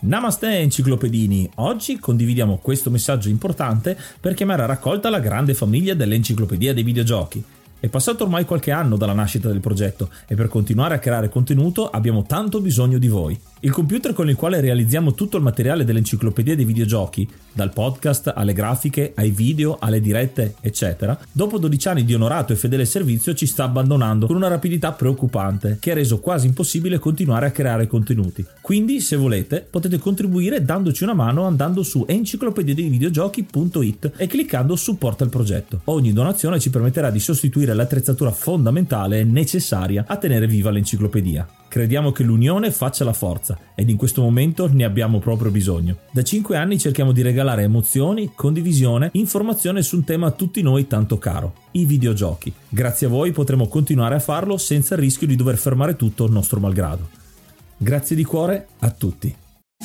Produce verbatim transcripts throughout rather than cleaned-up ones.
Namaste enciclopedini, oggi condividiamo questo messaggio importante per chiamare a raccolta la grande famiglia dell'Enciclopedia dei Videogiochi. È passato ormai qualche anno dalla nascita del progetto e per continuare a creare contenuto abbiamo tanto bisogno di voi. Il computer con il quale realizziamo tutto il materiale dell'Enciclopedia dei Videogiochi, dal podcast alle grafiche, ai video, alle dirette, eccetera, dopo dodici anni di onorato e fedele servizio ci sta abbandonando con una rapidità preoccupante che ha reso quasi impossibile continuare a creare contenuti. Quindi, se volete, potete contribuire dandoci una mano andando su enciclopedia dei videogiochi punto it e cliccando supporta il progetto. Ogni donazione ci permetterà di sostituire l'attrezzatura fondamentale e necessaria a tenere viva l'enciclopedia. Crediamo che l'unione faccia la forza ed in questo momento ne abbiamo proprio bisogno. Da cinque anni cerchiamo di regalare emozioni, condivisione, informazione su un tema a tutti noi tanto caro, i videogiochi. Grazie a voi potremo continuare a farlo senza il rischio di dover fermare tutto nostro malgrado. Grazie di cuore a tutti.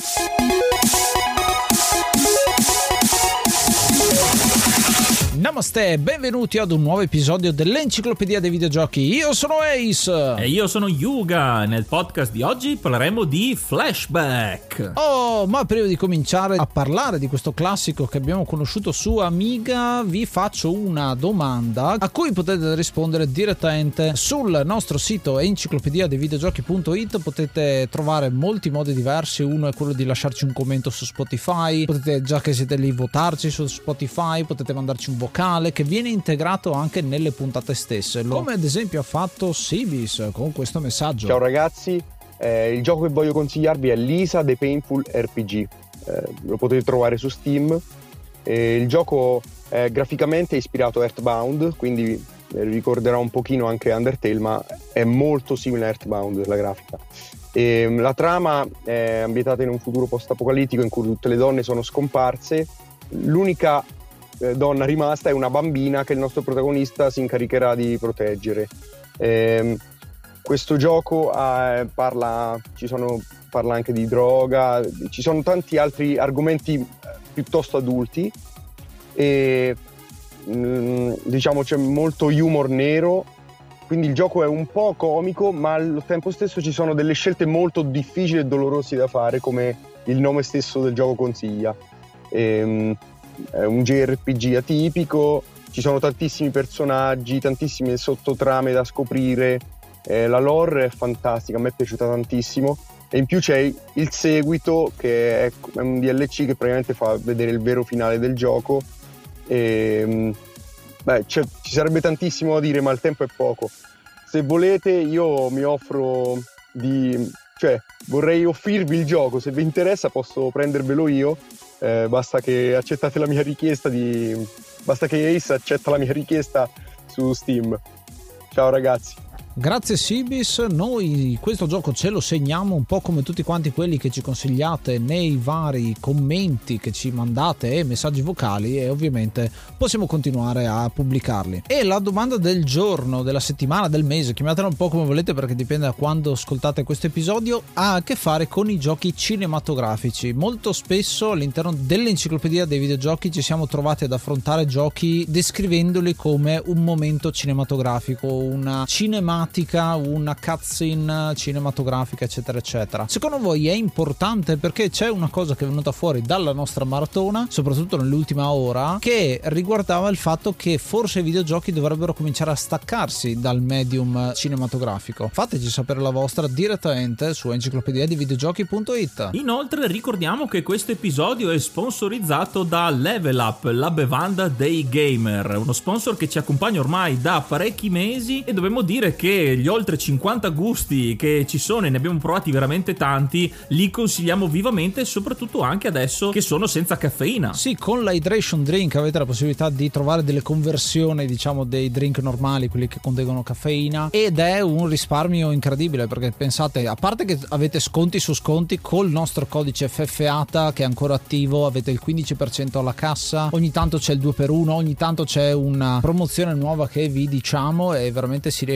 Namaste, benvenuti ad un nuovo episodio dell'Enciclopedia dei Videogiochi. Io sono Ace e io sono Yuga. Nel podcast di oggi parleremo di Flashback. Oh, ma prima di cominciare a parlare di questo classico che abbiamo conosciuto su Amiga, vi faccio una domanda a cui potete rispondere direttamente sul nostro sito enciclopedia dei videogiochi punto it. Potete trovare molti modi diversi. Uno è quello di lasciarci un commento su Spotify, potete, già che siete lì, votarci su Spotify, potete mandarci un vocale che viene integrato anche nelle puntate stesse, come ad esempio ha fatto Sibis con questo messaggio. Ciao ragazzi, eh, il gioco che voglio consigliarvi è Lisa The Painful R P G, eh, lo potete trovare su Steam. Eh, il gioco è graficamente ispirato a Earthbound, quindi eh, ricorderà un pochino anche Undertale, ma è molto simile a Earthbound la grafica. E, la trama è ambientata in un futuro post-apocalittico in cui tutte le donne sono scomparse. L'unica donna rimasta è una bambina che il nostro protagonista si incaricherà di proteggere. Eh, questo gioco eh, parla, ci sono, parla anche di droga, ci sono tanti altri argomenti piuttosto adulti e mh, diciamo c'è molto humor nero, quindi il gioco è un po' comico, ma al tempo stesso ci sono delle scelte molto difficili e dolorose da fare, come il nome stesso del gioco consiglia. E, è un J R P G atipico, ci sono tantissimi personaggi, tantissime sottotrame da scoprire, eh, la lore è fantastica, a me è piaciuta tantissimo e in più c'è il seguito che è, è un D L C che praticamente fa vedere il vero finale del gioco e, beh, ci sarebbe tantissimo da dire ma il tempo è poco. Se volete io mi offro di, cioè vorrei offrirvi il gioco, se vi interessa posso prendervelo io. Eh, basta che accettate la mia richiesta di basta che Ace accetta la mia richiesta su Steam. Ciao ragazzi. Grazie Sibis, noi questo gioco ce lo segniamo un po' come tutti quanti quelli che ci consigliate nei vari commenti che ci mandate e messaggi vocali, e ovviamente possiamo continuare a pubblicarli. E la domanda del giorno, della settimana, del mese, chiamatela un po' come volete perché dipende da quando ascoltate questo episodio, ha a che fare con i giochi cinematografici. Molto spesso all'interno dell'Enciclopedia dei Videogiochi ci siamo trovati ad affrontare giochi descrivendoli come un momento cinematografico, una cinematica, una cutscene cinematografica, eccetera eccetera. Secondo voi è importante? Perché c'è una cosa che è venuta fuori dalla nostra maratona, soprattutto nell'ultima ora, che riguardava il fatto che forse i videogiochi dovrebbero cominciare a staccarsi dal medium cinematografico. Fateci sapere la vostra direttamente su enciclopedia di videogiochi punto it. Inoltre ricordiamo che questo episodio è sponsorizzato da Level Up, la bevanda dei gamer, uno sponsor che ci accompagna ormai da parecchi mesi e dobbiamo dire che gli oltre cinquanta gusti che ci sono, e ne abbiamo provati veramente tanti, li consigliamo vivamente, soprattutto anche adesso che sono senza caffeina. Sì, con l'hydration drink avete la possibilità di trovare delle conversioni, diciamo, dei drink normali, quelli che contengono caffeina, ed è un risparmio incredibile perché pensate, a parte che avete sconti su sconti col nostro codice F F A T A che è ancora attivo, avete il quindici per cento alla cassa, ogni tanto c'è il due per uno, ogni tanto c'è una promozione nuova che vi diciamo e veramente si riesce a risparmiare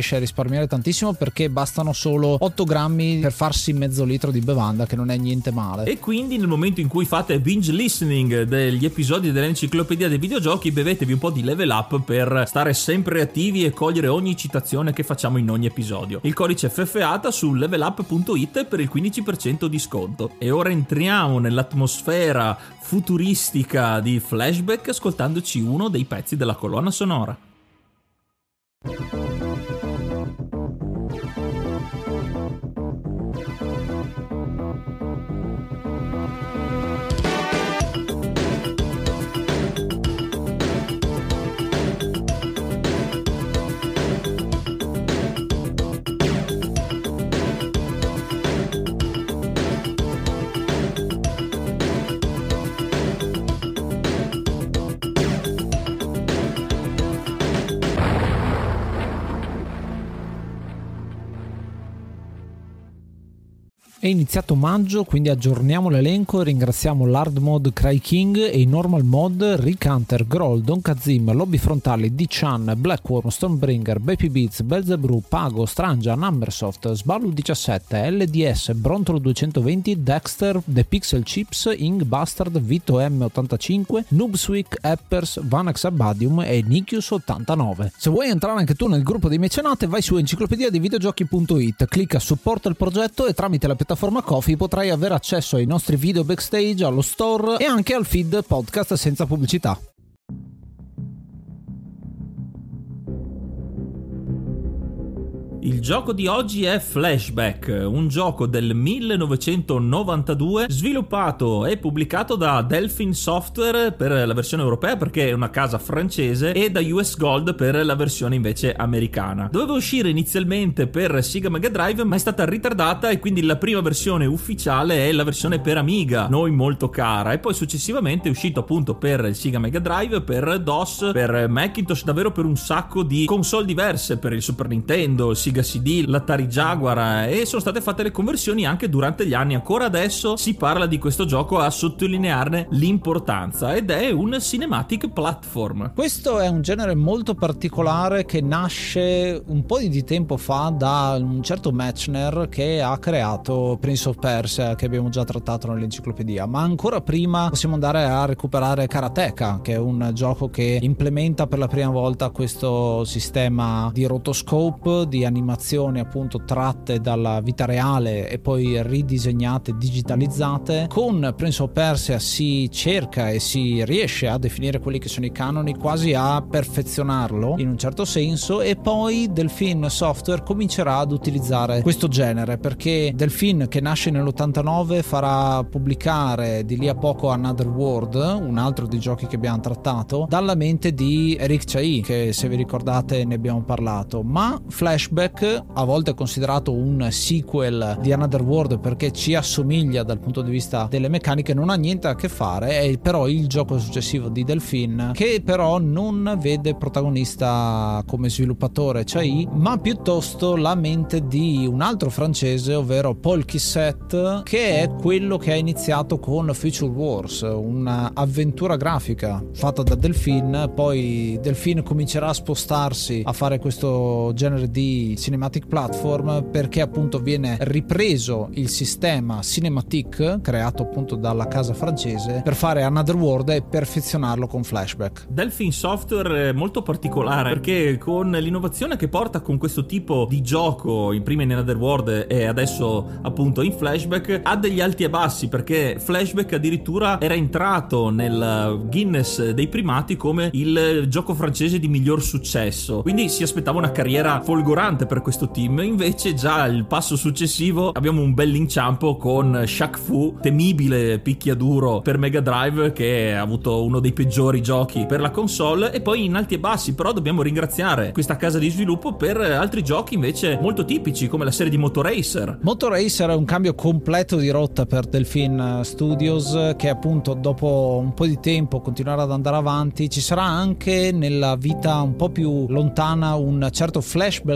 risparmiare tantissimo, perché bastano solo otto grammi per farsi mezzo litro di bevanda, che non è niente male. E quindi nel momento in cui fate binge listening degli episodi dell'enciclopedia dei videogiochi, bevetevi un po' di Level Up per stare sempre attivi e cogliere ogni citazione che facciamo in ogni episodio. Il codice F F A T A su levelup punto it per il quindici per cento di sconto. E ora entriamo nell'atmosfera futuristica di Flashback ascoltandoci uno dei pezzi della colonna sonora. È iniziato maggio, quindi aggiorniamo l'elenco e ringraziamo l'Hard Mod Cry King e i Normal Mod Rick Hunter, Groll, Don Kazim, Lobby Frontali, D-Chan, Blackworm, Stonebringer, Baby Beats, Belzebrew, Pago, Strangia, Numbersoft, Sballu diciassette, L D S, Brontolo duecentoventi, Dexter, The Pixel Chips, Ing Bastard, Vito M ottantacinque, Noobswick, Eppers, Vanax Abadium e Nikius ottantanove. Se vuoi entrare anche tu nel gruppo dei mecenate, vai su enciclopedia dei videogiochi punto it, clicca supporta il progetto e tramite la piattaforma Ko-fi potrai avere accesso ai nostri video backstage, allo store e anche al feed podcast senza pubblicità. Il gioco di oggi è Flashback, un gioco del millenovecentonovantadue sviluppato e pubblicato da Delphine Software per la versione europea, perché è una casa francese, e da U S Gold per la versione invece americana. Doveva uscire inizialmente per Sega Mega Drive, ma è stata ritardata e quindi la prima versione ufficiale è la versione per Amiga, noi molto cara, e poi successivamente è uscito appunto per il Sega Mega Drive, per DOS, per Macintosh, davvero per un sacco di console diverse, per il Super Nintendo, il Sega C D, l'Atari Jaguar, e sono state fatte le conversioni anche durante gli anni. Ancora adesso si parla di questo gioco a sottolinearne l'importanza, ed è un cinematic platform. Questo è un genere molto particolare che nasce un po' di tempo fa da un certo Mechner che ha creato Prince of Persia, che abbiamo già trattato nell'enciclopedia, ma ancora prima possiamo andare a recuperare Karateka, che è un gioco che implementa per la prima volta questo sistema di rotoscope, di animazioni appunto tratte dalla vita reale e poi ridisegnate, digitalizzate. Con Prince of Persia si cerca e si riesce a definire quelli che sono i canoni, quasi a perfezionarlo in un certo senso, e poi Delphine Software comincerà ad utilizzare questo genere, perché Delphine, che nasce nell'ottantanove, farà pubblicare di lì a poco Another World, un altro dei giochi che abbiamo trattato, dalla mente di Eric Chahi, che se vi ricordate ne abbiamo parlato. Ma Flashback, a volte è considerato un sequel di Another World perché ci assomiglia dal punto di vista delle meccaniche, non ha niente a che fare, è però il gioco successivo di Delphine, che però non vede protagonista come sviluppatore Chahi, ma piuttosto la mente di un altro francese, ovvero Paul Kissette, che è quello che ha iniziato con Future Wars, un'avventura grafica fatta da Delphine. Poi Delphine comincerà a spostarsi a fare questo genere di cinematic platform perché appunto viene ripreso il sistema cinematic creato appunto dalla casa francese per fare Another World e perfezionarlo con Flashback. Delphine Software è molto particolare perché con l'innovazione che porta con questo tipo di gioco, in prima in Another World e adesso appunto in Flashback, ha degli alti e bassi, perché Flashback addirittura era entrato nel Guinness dei primati come il gioco francese di miglior successo, quindi si aspettava una carriera folgorante per questo team. Invece già il passo successivo abbiamo un bell'inciampo con Shaq Fu, temibile picchiaduro per Mega Drive, che ha avuto uno dei peggiori giochi per la console, e poi in alti e bassi. Però dobbiamo ringraziare questa casa di sviluppo per altri giochi invece molto tipici, come la serie di Motoracer. Motoracer è un cambio completo di rotta per Delphine Studios, che appunto dopo un po' di tempo continuerà ad andare avanti. Ci sarà anche nella vita un po' più lontana un certo Flashback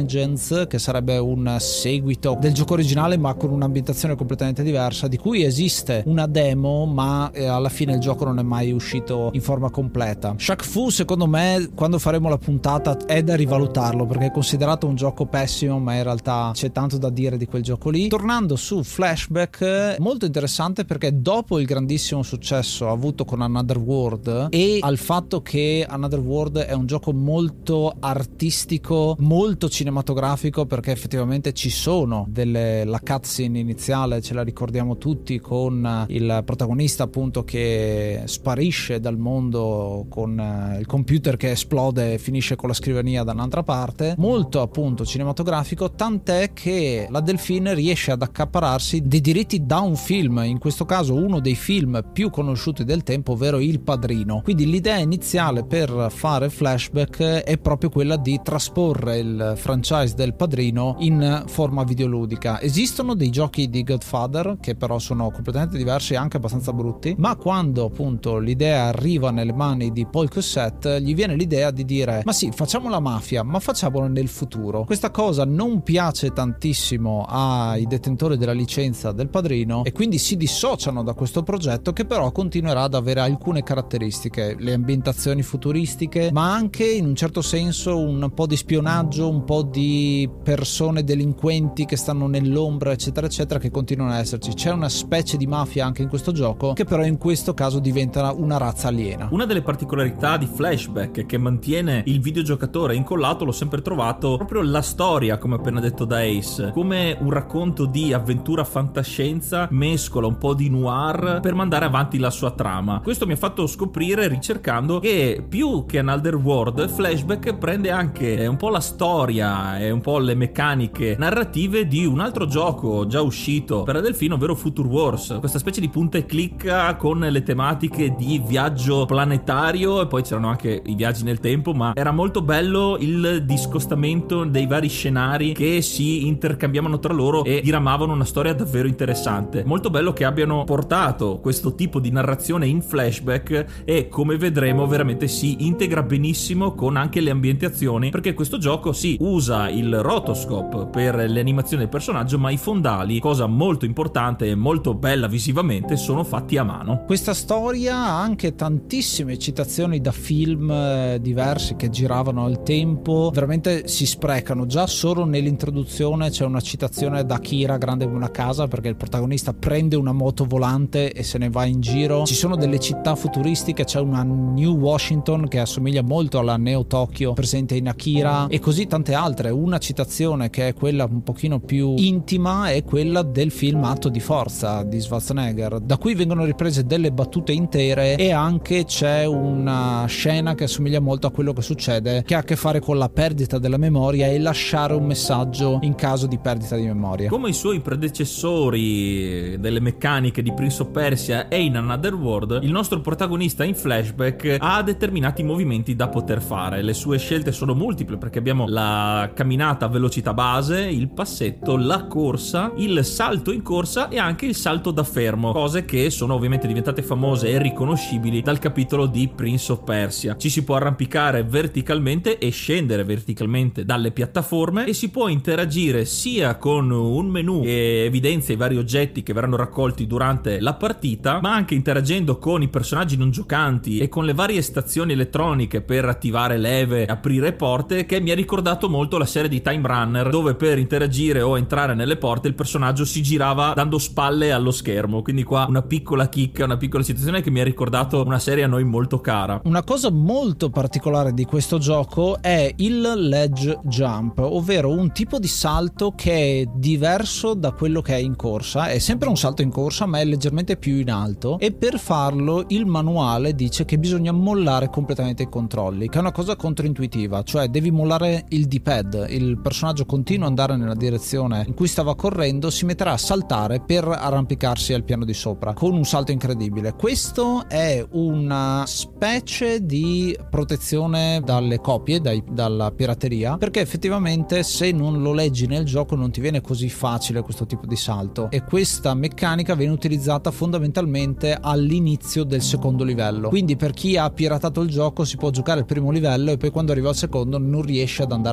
Vengeance, che sarebbe un seguito del gioco originale ma con un'ambientazione completamente diversa, di cui esiste una demo ma eh, alla fine il gioco non è mai uscito in forma completa. Shaq Fu, secondo me, quando faremo la puntata è da rivalutarlo, perché è considerato un gioco pessimo, ma in realtà c'è tanto da dire di quel gioco lì. Tornando su Flashback, molto interessante perché dopo il grandissimo successo avuto con Another World e al fatto che Another World è un gioco molto artistico, molto cinematografico, perché effettivamente ci sono delle la cutscene iniziale, ce la ricordiamo tutti, con il protagonista appunto che sparisce dal mondo con il computer che esplode e finisce con la scrivania da un'altra parte, molto appunto cinematografico, tant'è che la Delphine riesce ad accaparrarsi dei diritti da un film, in questo caso uno dei film più conosciuti del tempo, ovvero Il Padrino. Quindi l'idea iniziale per fare Flashback è proprio quella di trasporre il franchise del Padrino in forma videoludica. Esistono dei giochi di Godfather che però sono completamente diversi e anche abbastanza brutti, ma quando appunto l'idea arriva nelle mani di Paul Cossette gli viene l'idea di dire: ma sì, facciamo la mafia, ma facciamolo nel futuro. Questa cosa non piace tantissimo ai detentori della licenza del Padrino e quindi si dissociano da questo progetto, che però continuerà ad avere alcune caratteristiche, le ambientazioni futuristiche, ma anche in un certo senso un po' di spionaggio, un po' di persone delinquenti che stanno nell'ombra, eccetera eccetera, che continuano ad esserci. C'è una specie di mafia anche in questo gioco, che però in questo caso diventa una razza aliena. Una delle particolarità di Flashback che mantiene il videogiocatore incollato, l'ho sempre trovato proprio la storia, come appena detto da Ace, come un racconto di avventura fantascienza, mescola un po' di noir per mandare avanti la sua trama. Questo mi ha fatto scoprire, ricercando, che più che Another World, Flashback prende anche un po' la storia e un po' le meccaniche narrative di un altro gioco già uscito per la Delphine, ovvero Future Wars, questa specie di punta e clicca con le tematiche di viaggio planetario, e poi c'erano anche i viaggi nel tempo, ma era molto bello il discostamento dei vari scenari che si intercambiavano tra loro e diramavano una storia davvero interessante. Molto bello che abbiano portato questo tipo di narrazione in Flashback, e come vedremo veramente si integra benissimo con anche le ambientazioni, perché questo gioco si usa il rotoscope per le animazioni del personaggio, ma i fondali, cosa molto importante e molto bella visivamente, sono fatti a mano. Questa storia ha anche tantissime citazioni da film eh, diversi che giravano al tempo, veramente si sprecano. Già solo nell'introduzione c'è una citazione da Akira grande come una casa, perché il protagonista prende una moto volante e se ne va in giro. Ci sono delle città futuristiche, c'è una New Washington che assomiglia molto alla Neo Tokyo presente in Akira, e così tante altre. Una citazione che è quella un pochino più intima è quella del film Atto di forza di Schwarzenegger, da cui vengono riprese delle battute intere, e anche c'è una scena che assomiglia molto a quello che succede, che ha a che fare con la perdita della memoria e lasciare un messaggio in caso di perdita di memoria. Come i suoi predecessori delle meccaniche di Prince of Persia e in Another World, il nostro protagonista in Flashback ha determinati movimenti da poter fare. Le sue scelte sono multiple, perché abbiamo la camminata a velocità base, il passetto, la corsa, il salto in corsa e anche il salto da fermo, cose che sono ovviamente diventate famose e riconoscibili dal capitolo di Prince of Persia. Ci si può arrampicare verticalmente e scendere verticalmente dalle piattaforme, e si può interagire sia con un menu che evidenzia i vari oggetti che verranno raccolti durante la partita, ma anche interagendo con i personaggi non giocanti e con le varie stazioni elettroniche per attivare leve, aprire porte, che mi ha ricordato molto la serie di Time Runner, dove per interagire o entrare nelle porte il personaggio si girava dando spalle allo schermo. Quindi qua una piccola chicca, una piccola situazione che mi ha ricordato una serie a noi molto cara. Una cosa molto particolare di questo gioco è il ledge jump, ovvero un tipo di salto che è diverso da quello che è in corsa. È sempre un salto in corsa, ma è leggermente più in alto, e per farlo il manuale dice che bisogna mollare completamente i controlli, che è una cosa controintuitiva, cioè devi mollare il D-pad, il personaggio continua ad andare nella direzione in cui stava correndo, si metterà a saltare per arrampicarsi al piano di sopra con un salto incredibile. Questo è una specie di protezione dalle copie, dai, dalla pirateria, perché effettivamente se non lo leggi nel gioco non ti viene così facile questo tipo di salto, e questa meccanica viene utilizzata fondamentalmente all'inizio del secondo livello. Quindi per chi ha piratato il gioco si può giocare il primo livello e poi quando arriva al secondo non riesce ad andare avanti,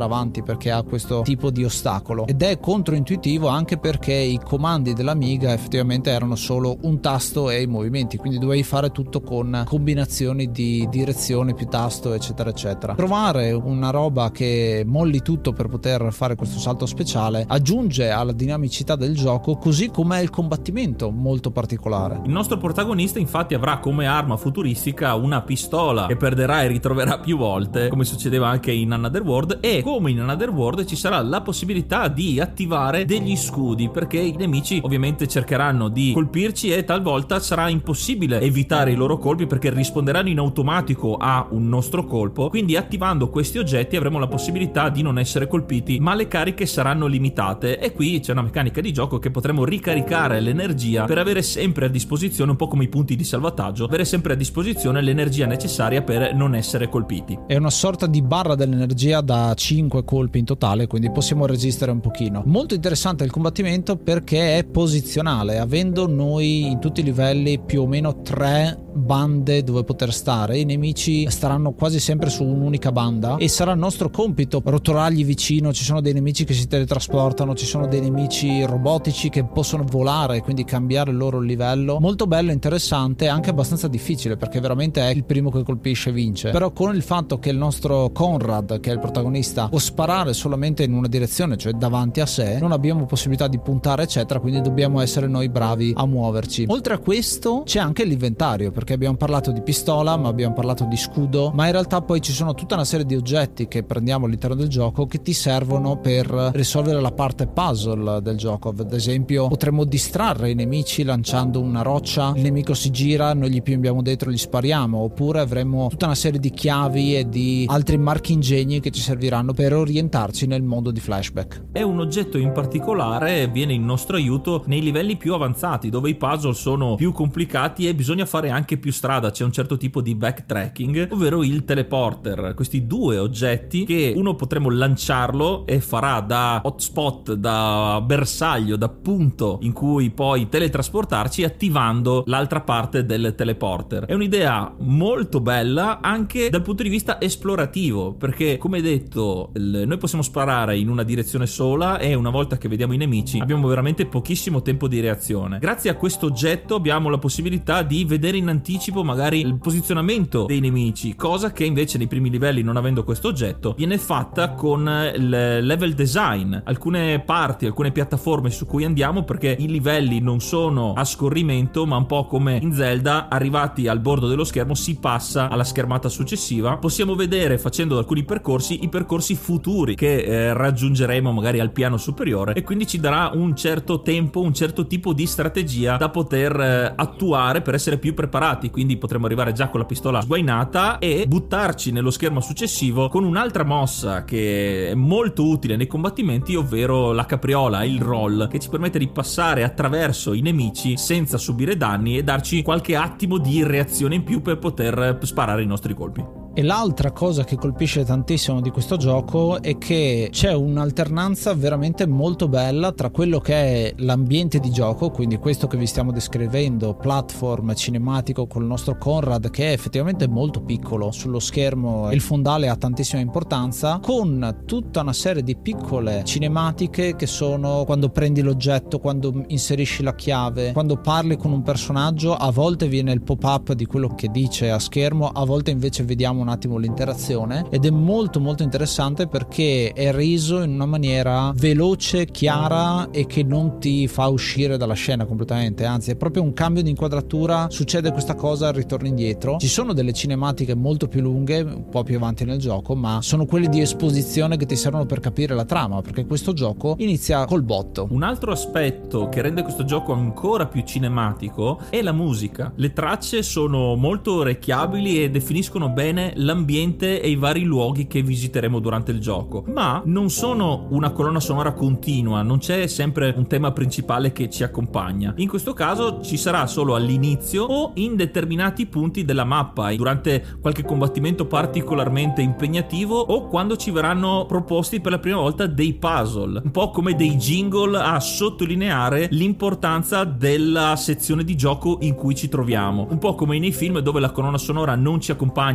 perché ha questo tipo di ostacolo, ed è controintuitivo anche perché i comandi dell'Amiga effettivamente erano solo un tasto e i movimenti, quindi dovevi fare tutto con combinazioni di direzione più tasto eccetera eccetera. Trovare una roba che molli tutto per poter fare questo salto speciale aggiunge alla dinamicità del gioco, così come il combattimento molto particolare. Il nostro protagonista infatti avrà come arma futuristica una pistola che perderà e ritroverà più volte, come succedeva anche in Another World, e come in Another World ci sarà la possibilità di attivare degli scudi, perché i nemici ovviamente cercheranno di colpirci e talvolta sarà impossibile evitare i loro colpi perché risponderanno in automatico a un nostro colpo. Quindi attivando questi oggetti avremo la possibilità di non essere colpiti, ma le cariche saranno limitate, e qui c'è una meccanica di gioco che potremo ricaricare l'energia per avere sempre a disposizione, un po' come i punti di salvataggio, avere sempre a disposizione l'energia necessaria per non essere colpiti. È una sorta di barra dell'energia da cinque colpi in totale, quindi possiamo resistere un pochino. Molto interessante il combattimento perché è posizionale, avendo noi in tutti i livelli più o meno tre bande dove poter stare. I nemici staranno quasi sempre su un'unica banda e sarà il nostro compito rotolargli vicino. Ci sono dei nemici che si teletrasportano, ci sono dei nemici robotici che possono volare, quindi cambiare il loro livello. Molto bello, interessante, anche abbastanza difficile perché veramente è il primo che colpisce vince. Però con il fatto che il nostro Conrad, che è il protagonista, può sparare solamente in una direzione, cioè davanti a sé, non abbiamo possibilità di puntare eccetera, quindi dobbiamo essere noi bravi a muoverci. Oltre a questo c'è anche l'inventario, perché abbiamo parlato di pistola, ma abbiamo parlato di scudo, ma in realtà poi ci sono tutta una serie di oggetti che prendiamo all'interno del gioco che ti servono per risolvere la parte puzzle del gioco. Ad esempio potremmo distrarre i nemici lanciando una roccia, il nemico si gira, noi gli piombiamo dentro e gli spariamo, oppure avremo tutta una serie di chiavi e di altri marchingegni che ci serviranno per orientarci nel mondo di Flashback. E un oggetto in particolare viene in nostro aiuto nei livelli più avanzati, dove i puzzle sono più complicati e bisogna fare anche più strada, c'è un certo tipo di backtracking, ovvero il teleporter. Questi due oggetti che uno potremo lanciarlo e farà da hotspot, da bersaglio, da punto in cui poi teletrasportarci, attivando l'altra parte del teleporter. È un'idea molto bella anche dal punto di vista esplorativo, perché come detto il, noi possiamo sparare in una direzione sola e una volta che vediamo i nemici abbiamo veramente pochissimo tempo di reazione. Grazie a questo oggetto abbiamo la possibilità di vedere in anticipo magari il posizionamento dei nemici, cosa che invece nei primi livelli, non avendo questo oggetto, viene fatta con il level design. Alcune parti, alcune piattaforme su cui andiamo, perché i livelli non sono a scorrimento ma un po' come in Zelda, arrivati al bordo dello schermo si passa alla schermata successiva, possiamo vedere facendo alcuni percorsi i percorsi futuri che eh, raggiungeremo magari al piano superiore, e quindi ci darà un certo tempo, un certo tipo di strategia da poter eh, attuare per essere più preparati. Quindi potremo arrivare già con la pistola sguainata e buttarci nello schermo successivo con un'altra mossa che è molto utile nei combattimenti, ovvero la capriola, il roll, che ci permette di passare attraverso i nemici senza subire danni e darci qualche attimo di reazione in più per poter sparare i nostri colpi. E l'altra cosa che colpisce tantissimo di questo gioco è che c'è un'alternanza veramente molto bella tra quello che è l'ambiente di gioco, quindi questo che vi stiamo descrivendo, platform cinematico con il nostro Conrad che è effettivamente molto piccolo sullo schermo, il fondale ha tantissima importanza, con tutta una serie di piccole cinematiche che sono quando prendi l'oggetto, quando inserisci la chiave, quando parli con un personaggio, a volte viene il pop-up di quello che dice a schermo, a volte invece vediamo un attimo l'interazione, ed è molto molto interessante perché è reso in una maniera veloce, chiara e che non ti fa uscire dalla scena completamente, anzi è proprio un cambio di inquadratura, succede questa cosa, ritorni indietro. Ci sono delle cinematiche molto più lunghe un po' più avanti nel gioco, ma sono quelle di esposizione che ti servono per capire la trama, perché questo gioco inizia col botto. Un altro aspetto che rende questo gioco ancora più cinematico è la musica. Le tracce sono molto orecchiabili e definiscono bene l'ambiente e i vari luoghi che visiteremo durante il gioco, ma non sono una colonna sonora continua, non c'è sempre un tema principale che ci accompagna. In questo caso ci sarà solo all'inizio o in determinati punti della mappa, durante qualche combattimento particolarmente impegnativo o quando ci verranno proposti per la prima volta dei puzzle, un po' come dei jingle a sottolineare l'importanza della sezione di gioco in cui ci troviamo, un po' come nei film dove la colonna sonora non ci accompagna per tutto il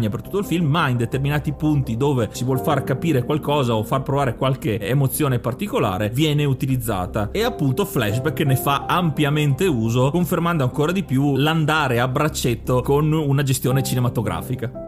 film, ma in determinati punti dove si vuol far capire qualcosa o far provare qualche emozione particolare viene utilizzata, e appunto Flashback ne fa ampiamente uso, confermando ancora di più l'andare a braccetto con una gestione cinematografica.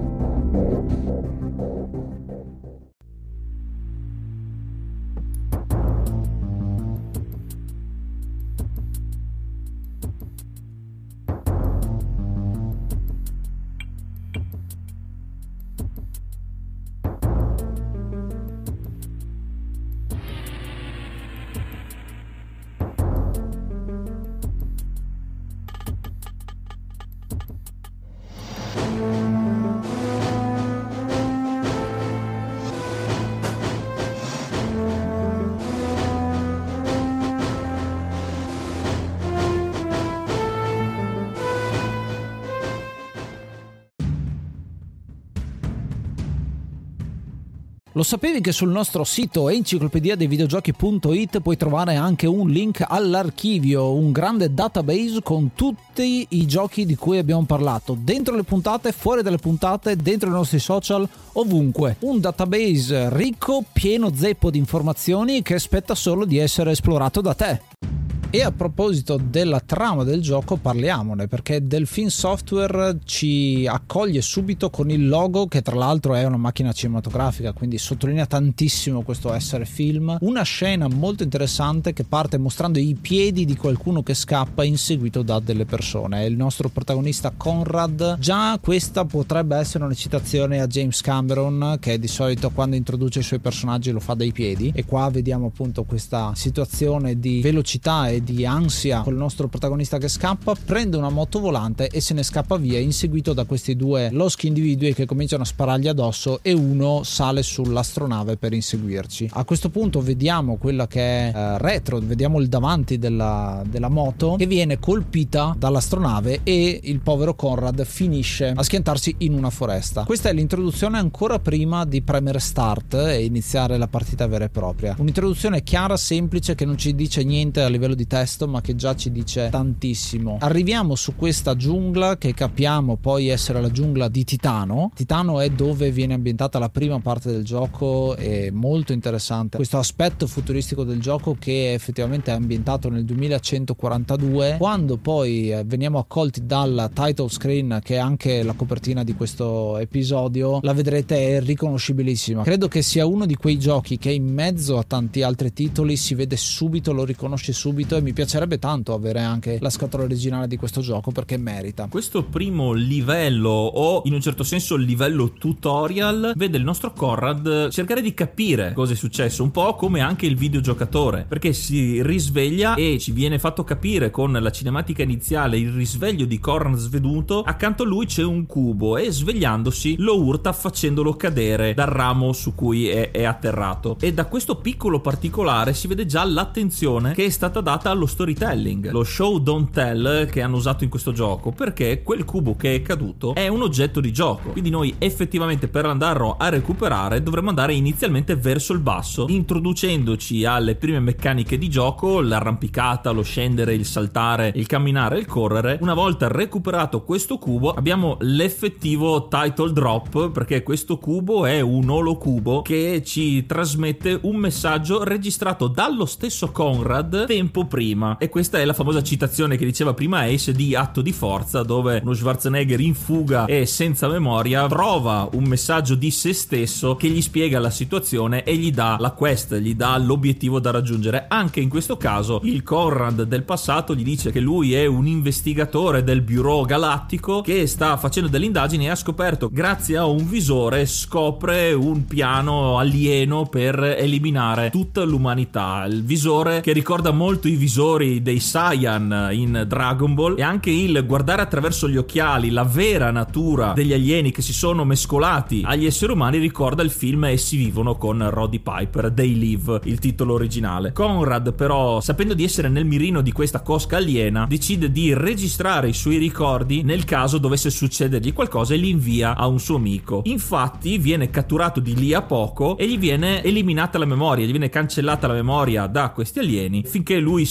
Lo sapevi che sul nostro sito enciclopedia dei videogiochi punto it puoi trovare anche un link all'archivio, un grande database con tutti i giochi di cui abbiamo parlato, dentro le puntate, fuori dalle puntate, dentro i nostri social, ovunque. Un database ricco, pieno zeppo di informazioni che aspetta solo di essere esplorato da te. E a proposito della trama del gioco, parliamone, perché Delphine Software ci accoglie subito con il logo, che tra l'altro è una macchina cinematografica, quindi sottolinea tantissimo questo essere film. Una scena molto interessante che parte mostrando i piedi di qualcuno che scappa inseguito da delle persone. È il nostro protagonista Conrad. Già questa potrebbe essere una citazione a James Cameron, che di solito quando introduce i suoi personaggi lo fa dai piedi, e qua vediamo appunto questa situazione di velocità e di ansia con il nostro protagonista che scappa, prende una moto volante e se ne scappa via, inseguito da questi due loschi individui che cominciano a sparargli addosso, e uno sale sull'astronave per inseguirci. A questo punto vediamo quella che è eh, retro, vediamo il davanti della, della moto che viene colpita dall'astronave e il povero Conrad finisce a schiantarsi in una foresta. Questa è l'introduzione ancora prima di premere start e iniziare la partita vera e propria. Un'introduzione chiara, semplice, che non ci dice niente a livello di testo, ma che già ci dice tantissimo. Arriviamo su questa giungla che capiamo poi essere la giungla di Titano. Titano è dove viene ambientata la prima parte del gioco, è molto interessante questo aspetto futuristico del gioco, che effettivamente è ambientato nel duemilacentoquarantadue. Quando poi veniamo accolti dal title screen, che è anche la copertina di questo episodio, la vedrete, è riconoscibilissima. Credo che sia uno di quei giochi che in mezzo a tanti altri titoli si vede subito, lo riconosci subito, e mi piacerebbe tanto avere anche la scatola originale di questo gioco perché merita. Questo primo livello, o in un certo senso il livello tutorial, vede il nostro Conrad cercare di capire cosa è successo, un po' come anche il videogiocatore, perché si risveglia e ci viene fatto capire con la cinematica iniziale il risveglio di Conrad svenuto. Accanto a lui c'è un cubo e svegliandosi lo urta facendolo cadere dal ramo su cui è, è atterrato, e da questo piccolo particolare si vede già l'attenzione che è stata data allo storytelling, lo show don't tell che hanno usato in questo gioco, perché quel cubo che è caduto è un oggetto di gioco, quindi noi effettivamente per andarlo a recuperare dovremmo andare inizialmente verso il basso, introducendoci alle prime meccaniche di gioco, l'arrampicata, lo scendere, il saltare, il camminare e il correre. Una volta recuperato questo cubo abbiamo l'effettivo title drop, perché questo cubo è un holocubo che ci trasmette un messaggio registrato dallo stesso Conrad tempo prima, e questa è la famosa citazione che diceva prima Ace di Atto di forza, dove uno Schwarzenegger in fuga e senza memoria trova un messaggio di se stesso che gli spiega la situazione e gli dà la quest, gli dà l'obiettivo da raggiungere. Anche in questo caso il Conrad del passato gli dice che lui è un investigatore del Bureau Galattico che sta facendo delle indagini e ha scoperto, grazie a un visore, scopre un piano alieno per eliminare tutta l'umanità. Il visore che ricorda molto i visori dei Saiyan in Dragon Ball, e anche il guardare attraverso gli occhiali la vera natura degli alieni che si sono mescolati agli esseri umani ricorda il film Essi vivono con Roddy Piper, They Live, il titolo originale. Conrad però, sapendo di essere nel mirino di questa cosca aliena, decide di registrare i suoi ricordi nel caso dovesse succedergli qualcosa, e li invia a un suo amico. Infatti viene catturato di lì a poco e gli viene eliminata la memoria, gli viene cancellata la memoria da questi alieni, finché lui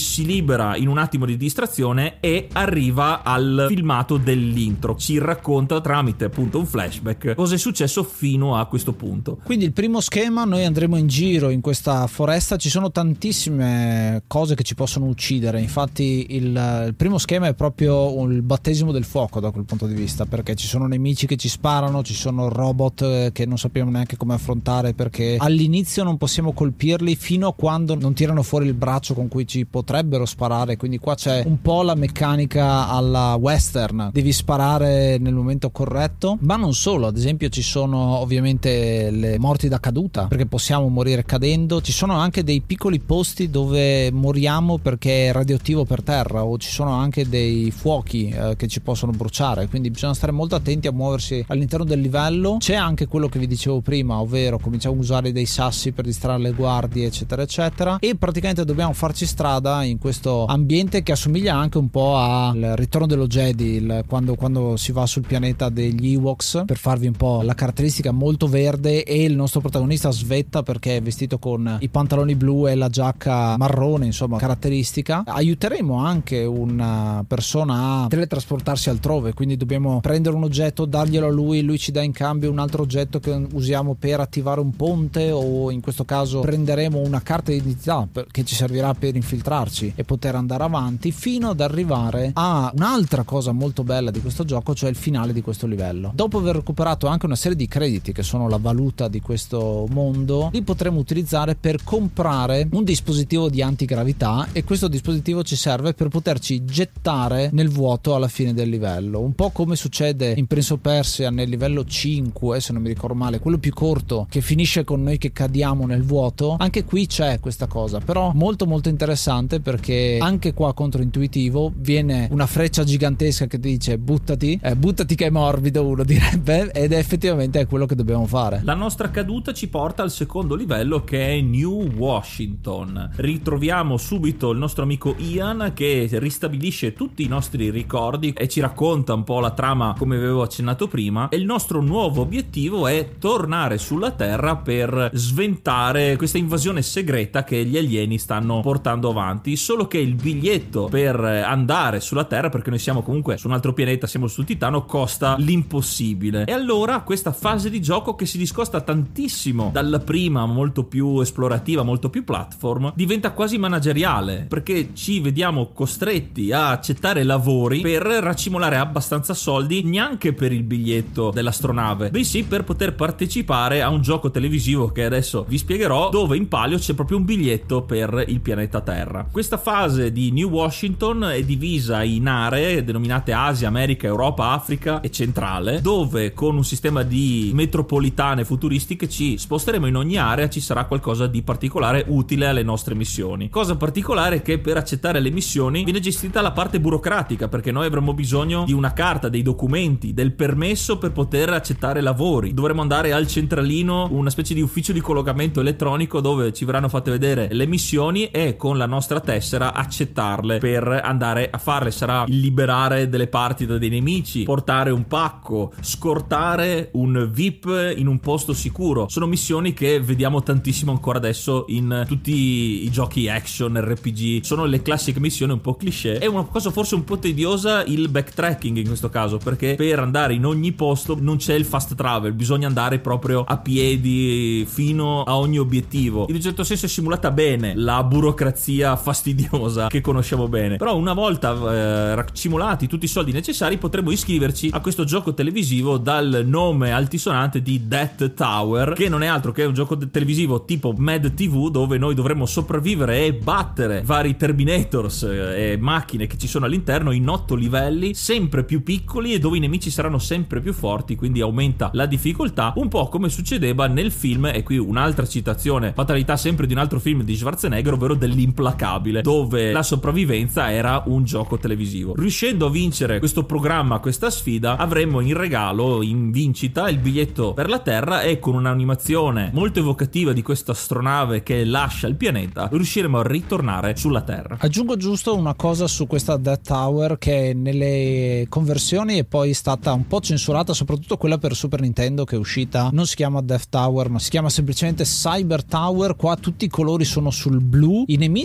si libera in un attimo di distrazione e arriva al filmato dell'intro, ci racconta tramite appunto un flashback cosa è successo fino a questo punto. Quindi il primo schema, noi andremo in giro in questa foresta, ci sono tantissime cose che ci possono uccidere, infatti il, il primo schema è proprio il battesimo del fuoco da quel punto di vista, perché ci sono nemici che ci sparano, ci sono robot che non sappiamo neanche come affrontare, perché all'inizio non possiamo colpirli fino a quando non tirano fuori il braccio con cui ci potrebbero sparare, quindi qua c'è un po' la meccanica alla western, devi sparare nel momento corretto, ma non solo, ad esempio ci sono ovviamente le morti da caduta, perché possiamo morire cadendo, ci sono anche dei piccoli posti dove moriamo perché è radioattivo per terra, o ci sono anche dei fuochi eh, che ci possono bruciare, quindi bisogna stare molto attenti a muoversi all'interno del livello. C'è anche quello che vi dicevo prima, ovvero cominciamo a usare dei sassi per distrarre le guardie eccetera eccetera, e praticamente dobbiamo farci strada in questo ambiente che assomiglia anche un po' al Ritorno dello Jedi, il, quando, quando si va sul pianeta degli Ewoks, per farvi un po' la caratteristica molto verde, e il nostro protagonista svetta perché è vestito con i pantaloni blu e la giacca marrone, insomma caratteristica. Aiuteremo anche una persona a teletrasportarsi altrove, quindi dobbiamo prendere un oggetto, darglielo a lui, lui ci dà in cambio un altro oggetto che usiamo per attivare un ponte, o in questo caso prenderemo una carta di identità che ci servirà per infiltrarci e poter andare avanti fino ad arrivare a un'altra cosa molto bella di questo gioco, cioè il finale di questo livello. Dopo aver recuperato anche una serie di crediti che sono la valuta di questo mondo, li potremo utilizzare per comprare un dispositivo di antigravità, e questo dispositivo ci serve per poterci gettare nel vuoto alla fine del livello, un po' come succede in Prince of Persia nel livello cinque, se non mi ricordo male, quello più corto che finisce con noi che cadiamo nel vuoto. Anche qui c'è questa cosa, però molto molto interessante, perché anche qua controintuitivo, viene una freccia gigantesca che ti dice buttati, eh, buttati che è morbido, uno direbbe, ed è effettivamente è quello che dobbiamo fare. La nostra caduta ci porta al secondo livello, che è New Washington. Ritroviamo subito il nostro amico Ian che ristabilisce tutti i nostri ricordi e ci racconta un po' la trama come avevo accennato prima, e il nostro nuovo obiettivo è tornare sulla Terra per sventare questa invasione segreta che gli alieni stanno portando avanti. Solo che il biglietto per andare sulla Terra, perché noi siamo comunque su un altro pianeta, siamo sul Titano, costa l'impossibile. E allora questa fase di gioco, che si discosta tantissimo dalla prima, molto più esplorativa, molto più platform, diventa quasi manageriale, perché ci vediamo costretti a accettare lavori per racimolare abbastanza soldi, neanche per il biglietto dell'astronave, bensì per poter partecipare a un gioco televisivo che adesso vi spiegherò, dove in palio c'è proprio un biglietto per il pianeta Terra. Questa fase di New Washington è divisa in aree denominate Asia, America, Europa, Africa e Centrale, dove con un sistema di metropolitane futuristiche ci sposteremo in ogni area, ci sarà qualcosa di particolare utile alle nostre missioni. Cosa particolare è che per accettare le missioni viene gestita la parte burocratica, perché noi avremo bisogno di una carta, dei documenti, del permesso per poter accettare lavori. Dovremo andare al centralino, una specie di ufficio di collocamento elettronico, dove ci verranno fatte vedere le missioni e con la nostra tessera accettarle per andare a farle. Sarà il liberare delle parti da dei nemici, portare un pacco, scortare un V I P in un posto sicuro. Sono missioni che vediamo tantissimo ancora adesso in tutti i giochi action, R P G. Sono le classiche missioni un po' cliché. È una cosa forse un po' tediosa il backtracking in questo caso, perché per andare in ogni posto non c'è il fast travel, bisogna andare proprio a piedi fino a ogni obiettivo. In un certo senso è simulata bene la burocrazia fastidiosa che conosciamo bene, però una volta eh, racimolati tutti i soldi necessari potremo iscriverci a questo gioco televisivo dal nome altisonante di Death Tower, che non è altro che un gioco televisivo tipo Mad T V, dove noi dovremo sopravvivere e battere vari Terminators e macchine che ci sono all'interno in otto livelli sempre più piccoli, e dove i nemici saranno sempre più forti, quindi aumenta la difficoltà, un po' come succedeva nel film, e qui un'altra citazione, fatalità sempre di un altro film di Schwarzenegger, ovvero dell'Implacabile, dove la sopravvivenza era un gioco televisivo. Riuscendo a vincere questo programma, questa sfida, avremmo in regalo, in vincita, il biglietto per la Terra, e con un'animazione molto evocativa di questa astronave che lascia il pianeta riusciremo a ritornare sulla Terra. Aggiungo giusto una cosa su questa Death Tower, che nelle conversioni è poi stata un po' censurata, soprattutto quella per Super Nintendo che è uscita, non si chiama Death Tower ma si chiama semplicemente Cyber Tower. Qua tutti i colori sono sul blu, i nemici sono anche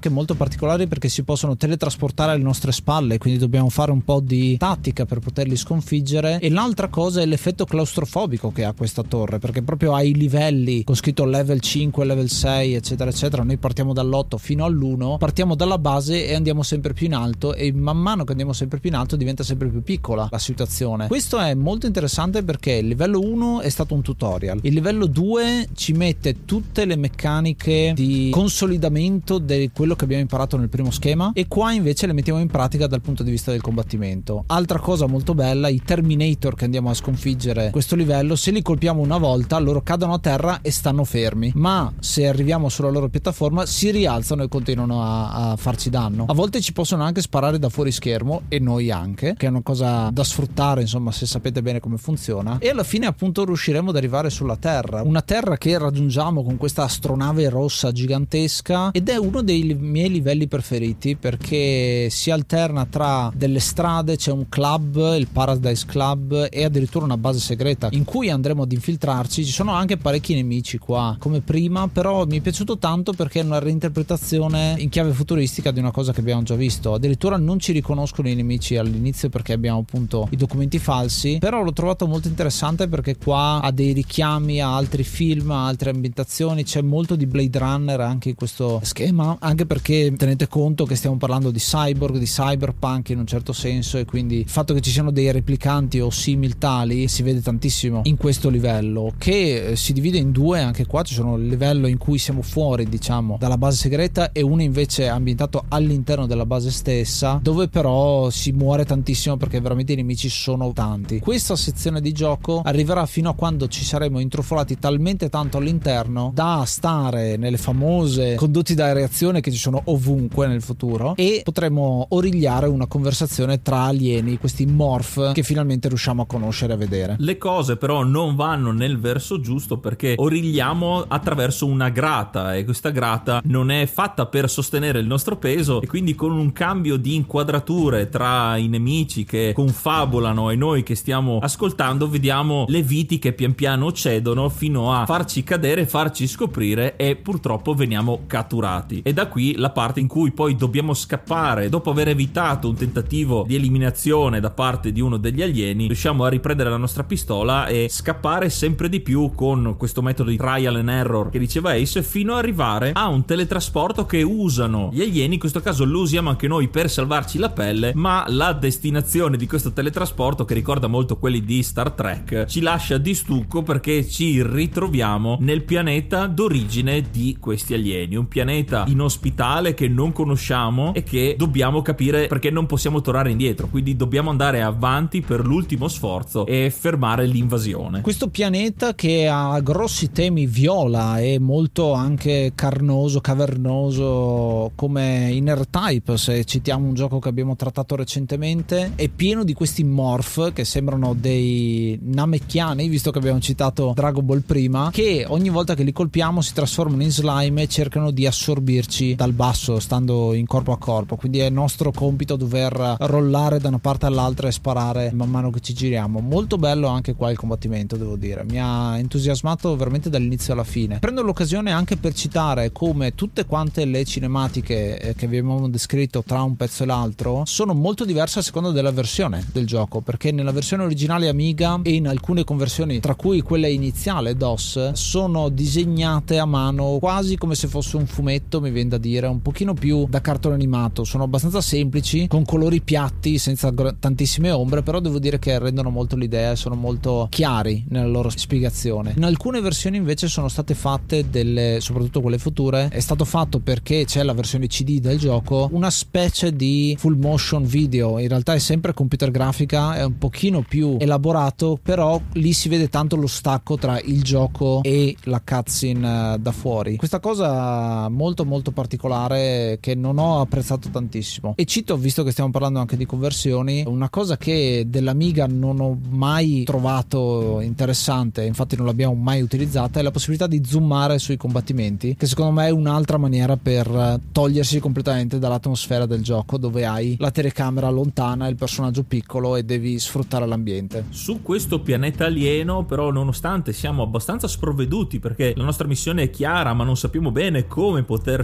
anche molto particolari perché si possono teletrasportare alle nostre spalle, quindi dobbiamo fare un po' di tattica per poterli sconfiggere. E l'altra cosa è l'effetto claustrofobico che ha questa torre, perché proprio ai livelli con scritto level cinque, level sei eccetera eccetera, noi partiamo dall'otto fino all'uno, partiamo dalla base e andiamo sempre più in alto, e man mano che andiamo sempre più in alto diventa sempre più piccola la situazione. Questo è molto interessante perché il livello uno è stato un tutorial, il livello due ci mette tutte le meccaniche di consolidamento di quello che abbiamo imparato nel primo schema, e qua invece le mettiamo in pratica dal punto di vista del combattimento. Altra cosa molto bella, i Terminator che andiamo a sconfiggere questo livello, se li colpiamo una volta loro cadono a terra e stanno fermi, ma se arriviamo sulla loro piattaforma si rialzano e continuano a, a farci danno. A volte ci possono anche sparare da fuori schermo, e noi anche, che è una cosa da sfruttare insomma se sapete bene come funziona. E alla fine appunto riusciremo ad arrivare sulla Terra, una Terra che raggiungiamo con questa astronave rossa gigantesca, ed è uno dei miei livelli preferiti perché si alterna tra delle strade, c'è un club, il Paradise Club, e addirittura una base segreta in cui andremo ad infiltrarci. Ci sono anche parecchi nemici qua come prima, però mi è piaciuto tanto perché è una reinterpretazione in chiave futuristica di una cosa che abbiamo già visto. Addirittura non ci riconoscono i nemici all'inizio perché abbiamo appunto i documenti falsi, però l'ho trovato molto interessante perché qua ha dei richiami a altri film, a altre ambientazioni, c'è molto di Blade Runner anche in questo schema, anche perché tenete conto che stiamo parlando di cyborg, di cyberpunk in un certo senso, e quindi il fatto che ci siano dei replicanti o simil tali si vede tantissimo in questo livello, che si divide in due. Anche qua ci sono il livello in cui siamo fuori diciamo dalla base segreta e uno invece ambientato all'interno della base stessa, dove però si muore tantissimo perché veramente i nemici sono tanti. Questa sezione di gioco arriverà fino a quando ci saremo intrufolati talmente tanto all'interno da stare nelle famose condotti da reazione che ci sono ovunque nel futuro, e potremo origliare una conversazione tra alieni, questi morph che finalmente riusciamo a conoscere e a vedere. Le cose però non vanno nel verso giusto perché origliamo attraverso una grata, e questa grata non è fatta per sostenere il nostro peso, e quindi con un cambio di inquadrature tra i nemici che confabulano e noi che stiamo ascoltando vediamo le viti che pian piano cedono fino a farci cadere, farci scoprire, e purtroppo veniamo catturati. E da qui la parte in cui poi dobbiamo scappare dopo aver evitato un tentativo di eliminazione da parte di uno degli alieni. Riusciamo a riprendere la nostra pistola e scappare sempre di più con questo metodo di trial and error che diceva Ace, fino ad arrivare a un teletrasporto che usano gli alieni. In questo caso lo usiamo anche noi per salvarci la pelle, ma la destinazione di questo teletrasporto, che ricorda molto quelli di Star Trek, ci lascia di stucco perché ci ritroviamo nel pianeta d'origine di questi alieni, un pianeta inospitale che non conosciamo e che dobbiamo capire perché non possiamo tornare indietro, quindi dobbiamo andare avanti per l'ultimo sforzo e fermare l'invasione. Questo pianeta che ha grossi temi viola e molto anche carnoso, cavernoso, come Inner Type, se citiamo un gioco che abbiamo trattato recentemente, è pieno di questi morph che sembrano dei namekiani, visto che abbiamo citato Dragon Ball prima, che ogni volta che li colpiamo si trasformano in slime e cercano di assorbirci dal basso stando in corpo a corpo, quindi è nostro compito dover rollare da una parte all'altra e sparare man mano che ci giriamo. Molto bello anche qua il combattimento, devo dire, mi ha entusiasmato veramente dall'inizio alla fine. Prendo l'occasione anche per citare come tutte quante le cinematiche che abbiamo descritto tra un pezzo e l'altro sono molto diverse a seconda della versione del gioco, perché nella versione originale Amiga e in alcune conversioni, tra cui quella iniziale DOS, sono disegnate a mano quasi come se fosse un fumetto, mi viene da dire, un pochino più da cartone animato. Sono abbastanza semplici, con colori piatti, senza gr- tantissime ombre, però devo dire che rendono molto l'idea e sono molto chiari nella loro spiegazione. In alcune versioni invece sono state fatte delle, soprattutto quelle future, è stato fatto perché c'è la versione C D del gioco, una specie di full motion video. In realtà è sempre computer grafica, è un pochino più elaborato, però lì si vede tanto lo stacco tra il gioco e la cutscene da fuori. Questa cosa molto molto particolare che non ho apprezzato tantissimo. E cito, visto che stiamo parlando anche di conversioni, una cosa che dell'Amiga non ho mai trovato interessante, infatti non l'abbiamo mai utilizzata, è la possibilità di zoomare sui combattimenti, che secondo me è un'altra maniera per togliersi completamente dall'atmosfera del gioco, dove hai la telecamera lontana e il personaggio piccolo e devi sfruttare l'ambiente. Su questo pianeta alieno però, nonostante siamo abbastanza sprovveduti perché la nostra missione è chiara ma non sappiamo bene come poter fermare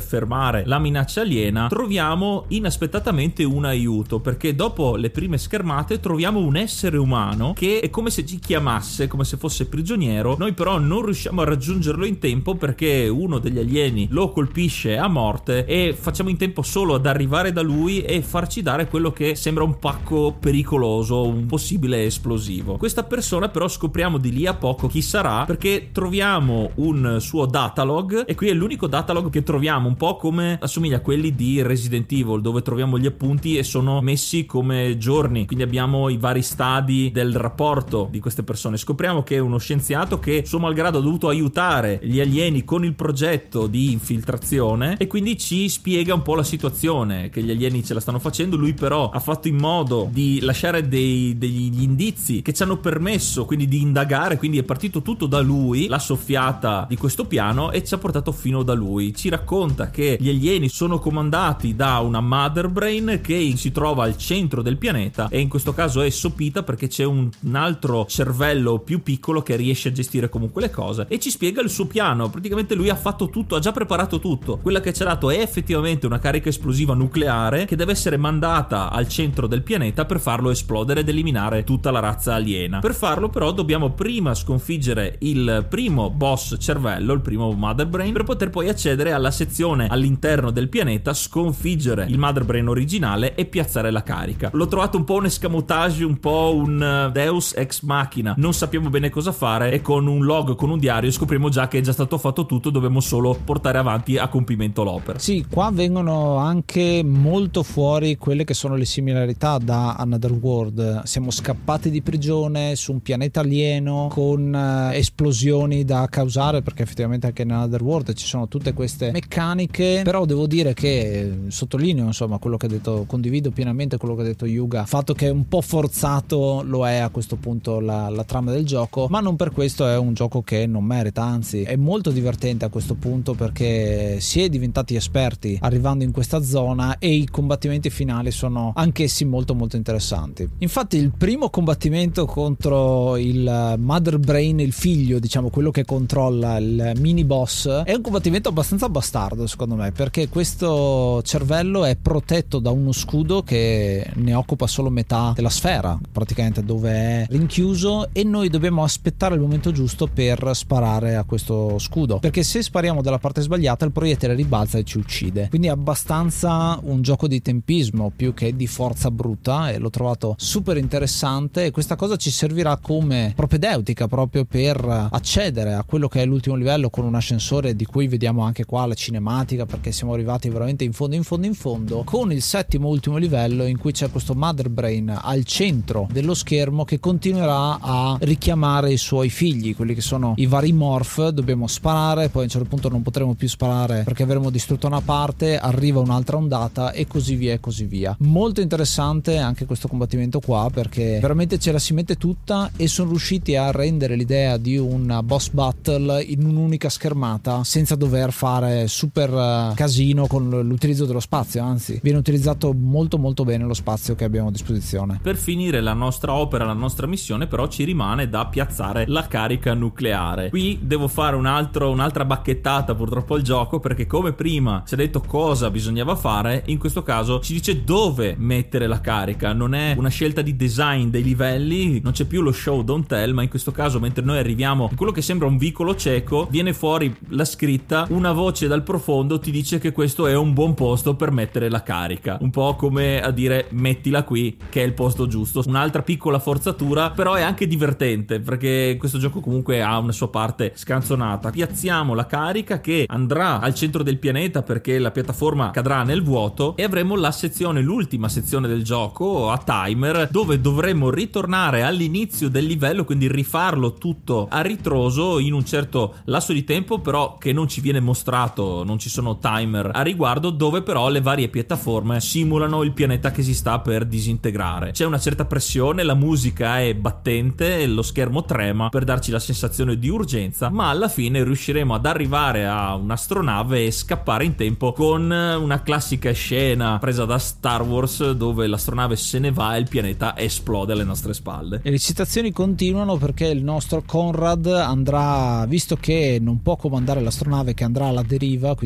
fermare la minaccia aliena, troviamo inaspettatamente un aiuto, perché dopo le prime schermate troviamo un essere umano che è come se ci chiamasse, come se fosse prigioniero. Noi però non riusciamo a raggiungerlo in tempo perché uno degli alieni lo colpisce a morte e facciamo in tempo solo ad arrivare da lui e farci dare quello che sembra un pacco pericoloso, un possibile esplosivo. Questa persona però scopriamo di lì a poco chi sarà, perché troviamo un suo datalog, e qui è l'unico datalog che troviamo, un po' come assomiglia a quelli di Resident Evil, dove troviamo gli appunti e sono messi come giorni, quindi abbiamo i vari stadi del rapporto di queste persone. Scopriamo che è uno scienziato che suo malgrado ha dovuto aiutare gli alieni con il progetto di infiltrazione, e quindi ci spiega un po' la situazione, che gli alieni ce la stanno facendo. Lui però ha fatto in modo di lasciare dei, degli indizi che ci hanno permesso quindi di indagare, quindi è partito tutto da lui, la soffiata di questo piano, e ci ha portato fino da lui. Ci racconta che gli alieni sono comandati da una Mother Brain che si trova al centro del pianeta, e in questo caso è sopita perché c'è un, un altro cervello più piccolo che riesce a gestire comunque le cose, e ci spiega il suo piano. Praticamente lui ha fatto tutto, ha già preparato tutto. Quella che ci ha dato è effettivamente una carica esplosiva nucleare che deve essere mandata al centro del pianeta per farlo esplodere ed eliminare tutta la razza aliena. Per farlo però dobbiamo prima sconfiggere il primo boss cervello, il primo Mother Brain, per poter poi accedere alla sezione all'interno del pianeta, sconfiggere il Mother Brain originale e piazzare la carica. L'ho trovato un po' un escamotage, un po' un Deus ex machina, non sappiamo bene cosa fare, e con un log, con un diario, scopriamo già che è già stato fatto tutto, dobbiamo solo portare avanti a compimento l'opera. Sì, qua vengono anche molto fuori quelle che sono le similarità da Another World. Siamo scappati di prigione su un pianeta alieno con uh, esplosioni da causare, perché effettivamente anche in Another World ci sono tutte queste meccaniche. Però devo dire che sottolineo, insomma, quello che ha detto, condivido pienamente quello che ha detto Yuga, il fatto che un po' forzato lo è a questo punto la, la trama del gioco, ma non per questo è un gioco che non merita, anzi è molto divertente a questo punto, perché si è diventati esperti arrivando in questa zona e i combattimenti finali sono anch'essi molto molto interessanti. Infatti il primo combattimento contro il Mother Brain, il figlio, diciamo quello che controlla il mini boss, è un combattimento abbastanza bastardo secondo me, perché questo cervello è protetto da uno scudo che ne occupa solo metà della sfera praticamente dove è rinchiuso, e noi dobbiamo aspettare il momento giusto per sparare a questo scudo, perché se spariamo dalla parte sbagliata il proiettile ribalza e ci uccide. Quindi è abbastanza un gioco di tempismo più che di forza bruta, e l'ho trovato super interessante, e questa cosa ci servirà come propedeutica proprio per accedere a quello che è l'ultimo livello, con un ascensore di cui vediamo anche qua la cinematica, perché siamo arrivati veramente in fondo in fondo in fondo, con il settimo ultimo livello in cui c'è questo Mother Brain al centro dello schermo che continuerà a richiamare i suoi figli, quelli che sono i vari morph. Dobbiamo sparare, poi a un certo punto non potremo più sparare perché avremo distrutto una parte, arriva un'altra ondata e così via e così via. Molto interessante anche questo combattimento qua, perché veramente ce la si mette tutta, e sono riusciti a rendere l'idea di un boss battle in un'unica schermata senza dover fare super casino con l'utilizzo dello spazio, anzi viene utilizzato molto molto bene lo spazio che abbiamo a disposizione. Per finire la nostra opera, la nostra missione, però ci rimane da piazzare la carica nucleare. Qui devo fare un altro, un'altra bacchettata purtroppo al gioco, perché come prima ci ha detto cosa bisognava fare, in questo caso ci dice dove mettere la carica. Non è una scelta di design dei livelli, non c'è più lo show don't tell, ma in questo caso mentre noi arriviamo in quello che sembra un vicolo cieco, viene fuori la scritta, una voce dal profondo ti dice che questo è un buon posto per mettere la carica, un po' come a dire mettila qui che è il posto giusto. Un'altra piccola forzatura, però è anche divertente, perché questo gioco comunque ha una sua parte scanzonata. Piazziamo la carica che andrà al centro del pianeta perché la piattaforma cadrà nel vuoto, e avremo la sezione, l'ultima sezione del gioco a timer, dove dovremo ritornare all'inizio del livello, quindi rifarlo tutto a ritroso in un certo lasso di tempo, però che non ci viene mostrato, non ci sono timer a riguardo, dove però le varie piattaforme simulano il pianeta che si sta per disintegrare. C'è una certa pressione, la musica è battente, lo schermo trema per darci la sensazione di urgenza, ma alla fine riusciremo ad arrivare a un'astronave e scappare in tempo con una classica scena presa da Star Wars, dove l'astronave se ne va e il pianeta esplode alle nostre spalle. E le citazioni continuano, perché il nostro Conrad andrà, visto che non può comandare l'astronave che andrà alla deriva, quindi non sa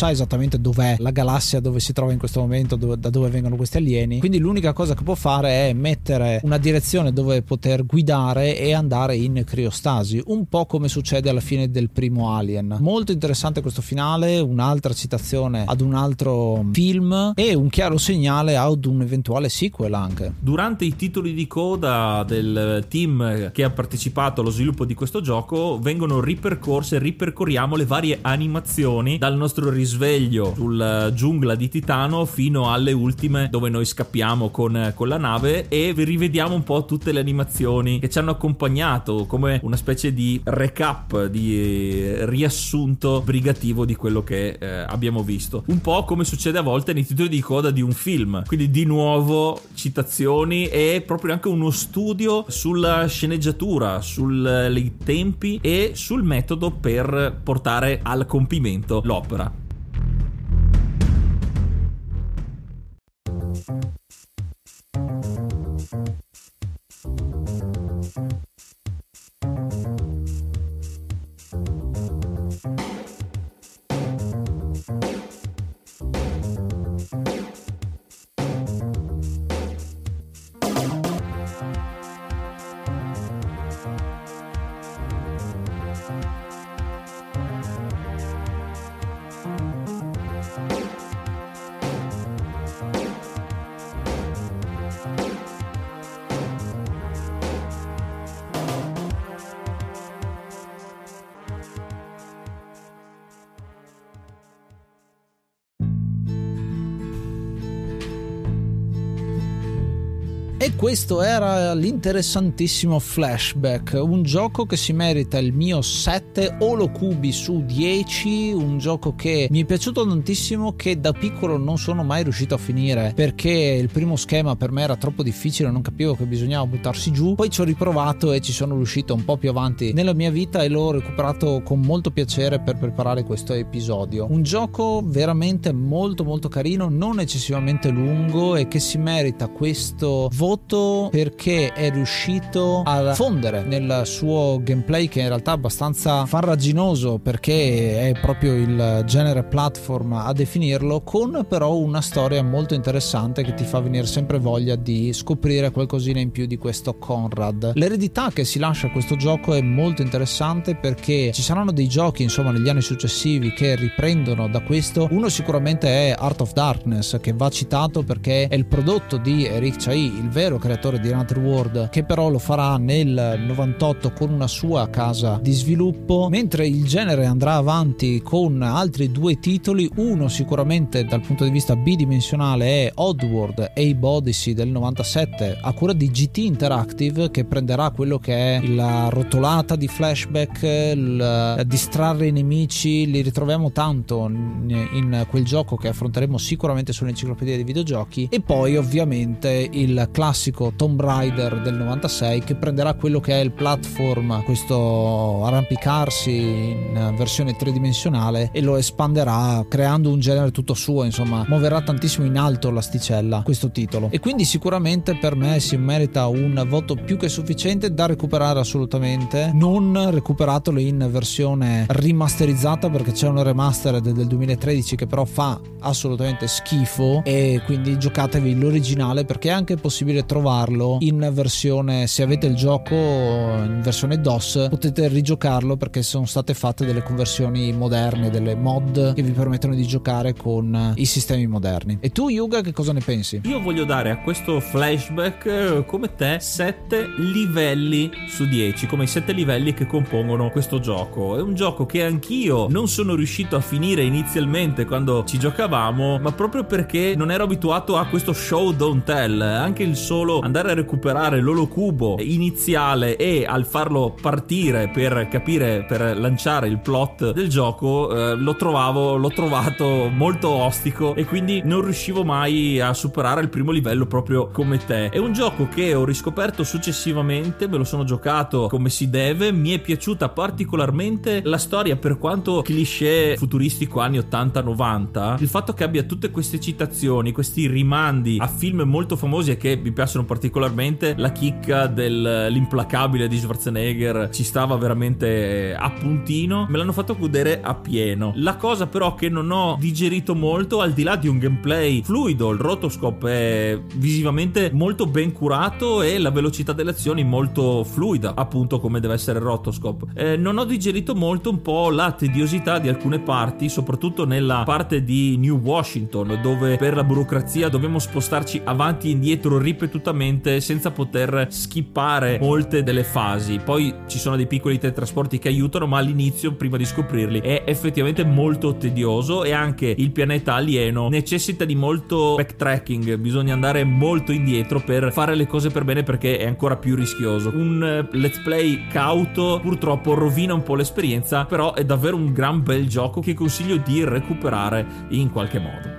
sa esattamente dov'è la galassia dove si trova in questo momento, dove, da dove vengono questi alieni, quindi l'unica cosa che può fare è mettere una direzione dove poter guidare e andare in criostasi, un po' come succede alla fine del primo Alien. Molto interessante questo finale, un'altra citazione ad un altro film e un chiaro segnale ad un eventuale sequel anche. Durante i titoli di coda del team che ha partecipato allo sviluppo di questo gioco vengono ripercorse, ripercorriamo le varie animazioni dal nostro risveglio sulla giungla di Titano fino alle ultime dove noi scappiamo con, con la nave, e vi rivediamo un po' tutte le animazioni che ci hanno accompagnato come una specie di recap, di riassunto brigativo di quello che eh, abbiamo visto, un po' come succede a volte nei titoli di coda di un film. Quindi di nuovo citazioni e proprio anche uno studio sulla sceneggiatura, sui tempi e sul metodo per portare al compimento l'opera. E questo era l'interessantissimo Flashback, un gioco che si merita il mio sette Holocubi su dieci, un gioco che mi è piaciuto tantissimo, che da piccolo non sono mai riuscito a finire perché il primo schema per me era troppo difficile, non capivo che bisognava buttarsi giù. Poi ci ho riprovato e ci sono riuscito un po' più avanti nella mia vita e l'ho recuperato con molto piacere per preparare questo episodio. Un gioco veramente molto molto carino, non eccessivamente lungo e che si merita questo voto perché è riuscito a fondere nel suo gameplay, che in realtà è abbastanza farraginoso perché è proprio il genere platform a definirlo, con però una storia molto interessante che ti fa venire sempre voglia di scoprire qualcosina in più di questo Conrad. L'eredità che si lascia a questo gioco è molto interessante perché ci saranno dei giochi insomma negli anni successivi che riprendono da questo. Uno sicuramente è Heart of Darkness, che va citato perché è il prodotto di Eric Chahi, il vero creatore di Another World, che però lo farà nel novantotto con una sua casa di sviluppo, mentre il genere andrà avanti con altri due titoli. Uno sicuramente dal punto di vista bidimensionale è Oddworld Abe Odyssey del novantasette a cura di G T Interactive, che prenderà quello che è la rotolata di Flashback, il distrarre i nemici. Li ritroviamo tanto in, in quel gioco che affronteremo sicuramente sull'enciclopedia dei videogiochi. E poi ovviamente il classico Tomb Raider del novantasei, che prenderà quello che è il platform, questo arrampicarsi in versione tridimensionale, e lo espanderà creando un genere tutto suo. Insomma, muoverà tantissimo in alto l'asticella questo titolo, e quindi sicuramente per me si merita un voto più che sufficiente, da recuperare assolutamente. Non recuperatelo in versione rimasterizzata perché c'è un remaster del duemilatredici che però fa assolutamente schifo, e quindi giocatevi l'originale perché è anche possibile trovarlo in versione, se avete il gioco in versione DOS potete rigiocarlo perché sono state fatte delle conversioni moderne, delle mod che vi permettono di giocare con i sistemi moderni. E tu Yuga, che cosa ne pensi? Io voglio dare a questo Flashback, come te, sette livelli su dieci, come i sette livelli che compongono questo gioco. È un gioco che anch'io non sono riuscito a finire inizialmente quando ci giocavamo, ma proprio perché non ero abituato a questo show don't tell. Anche il solo andare a recuperare l'Holocubo iniziale e al farlo partire per capire, per lanciare il plot del gioco, eh, lo trovavo, l'ho trovato molto ostico, e quindi non riuscivo mai a superare il primo livello proprio come te. È un gioco che ho riscoperto successivamente, me lo sono giocato come si deve, mi è piaciuta particolarmente la storia, per quanto cliché futuristico anni ottanta novanta, il fatto che abbia tutte queste citazioni, questi rimandi a film molto famosi e che mi piace ispirassero particolarmente. La chicca dell'implacabile di Schwarzenegger ci stava veramente a puntino, me l'hanno fatto godere a pieno. La cosa però che non ho digerito molto, al di là di un gameplay fluido, il rotoscope è visivamente molto ben curato e la velocità delle azioni molto fluida, appunto come deve essere il rotoscope. Eh, non ho digerito molto un po' la tediosità di alcune parti, soprattutto nella parte di New Washington, dove per la burocrazia dobbiamo spostarci avanti e indietro ripetutamente senza poter skippare molte delle fasi. Poi ci sono dei piccoli teletrasporti che aiutano, ma all'inizio, prima di scoprirli, è effettivamente molto tedioso, e anche il pianeta alieno necessita di molto backtracking, bisogna andare molto indietro per fare le cose per bene, perché è ancora più rischioso. Un let's play cauto purtroppo rovina un po' l'esperienza, però è davvero un gran bel gioco che consiglio di recuperare in qualche modo.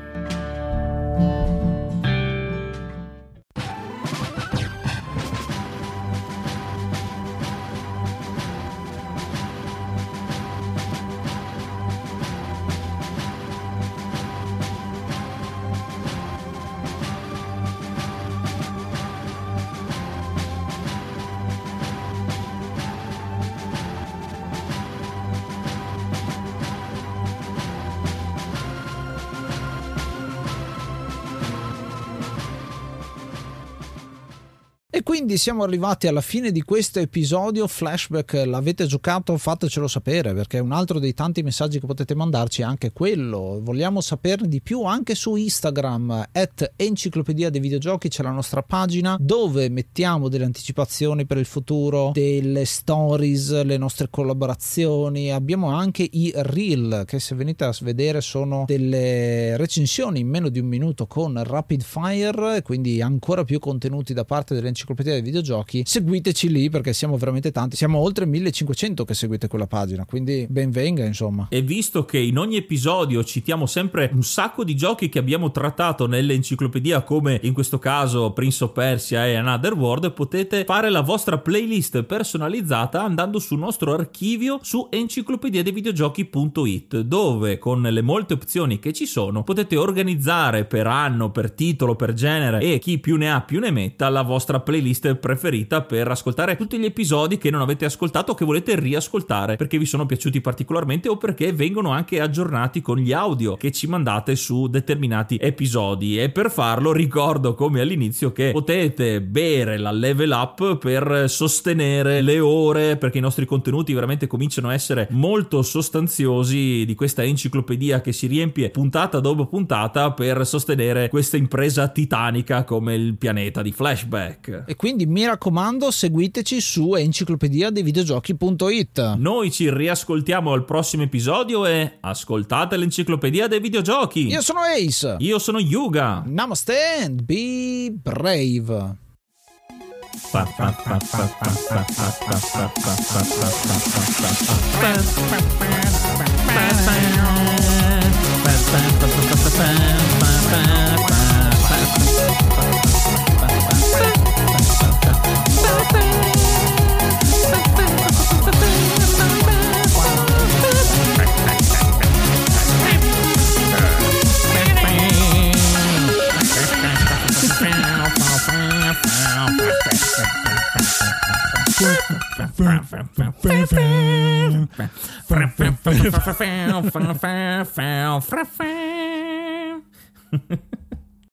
E quindi siamo arrivati alla fine di questo episodio Flashback. L'avete giocato? Fatecelo sapere, perché un altro dei tanti messaggi che potete mandarci è anche quello. Vogliamo saperne di più anche su Instagram at Enciclopedia dei Videogiochi. C'è la nostra pagina dove mettiamo delle anticipazioni per il futuro, delle stories, le nostre collaborazioni. Abbiamo anche i reel che, se venite a vedere, sono delle recensioni in meno di un minuto con rapid fire, quindi ancora più contenuti da parte dell'Enciclopedia dei Videogiochi. Seguiteci lì, perché siamo veramente tanti, siamo oltre millecinquecento che seguite quella pagina, quindi ben venga, insomma. E visto che in ogni episodio citiamo sempre un sacco di giochi che abbiamo trattato nell'enciclopedia, come in questo caso Prince of Persia e Another World, potete fare la vostra playlist personalizzata andando sul nostro archivio su enciclopedia dei videogiochi punto it, dove con le molte opzioni che ci sono potete organizzare per anno, per titolo, per genere, e chi più ne ha più ne metta, la vostra playlist preferita per ascoltare tutti gli episodi che non avete ascoltato o che volete riascoltare perché vi sono piaciuti particolarmente, o perché vengono anche aggiornati con gli audio che ci mandate su determinati episodi. E per farlo ricordo, come all'inizio, che potete bere la level up per sostenere le ore, perché i nostri contenuti veramente cominciano a essere molto sostanziosi, di questa enciclopedia che si riempie puntata dopo puntata per sostenere questa impresa titanica come il pianeta di Flashback. E quindi mi raccomando, seguiteci su enciclopedia dei videogiochi punto it. Noi ci riascoltiamo al prossimo episodio e ascoltate l'enciclopedia dei videogiochi. Io sono Ace. Io sono Yuga. Namaste and be brave. Fra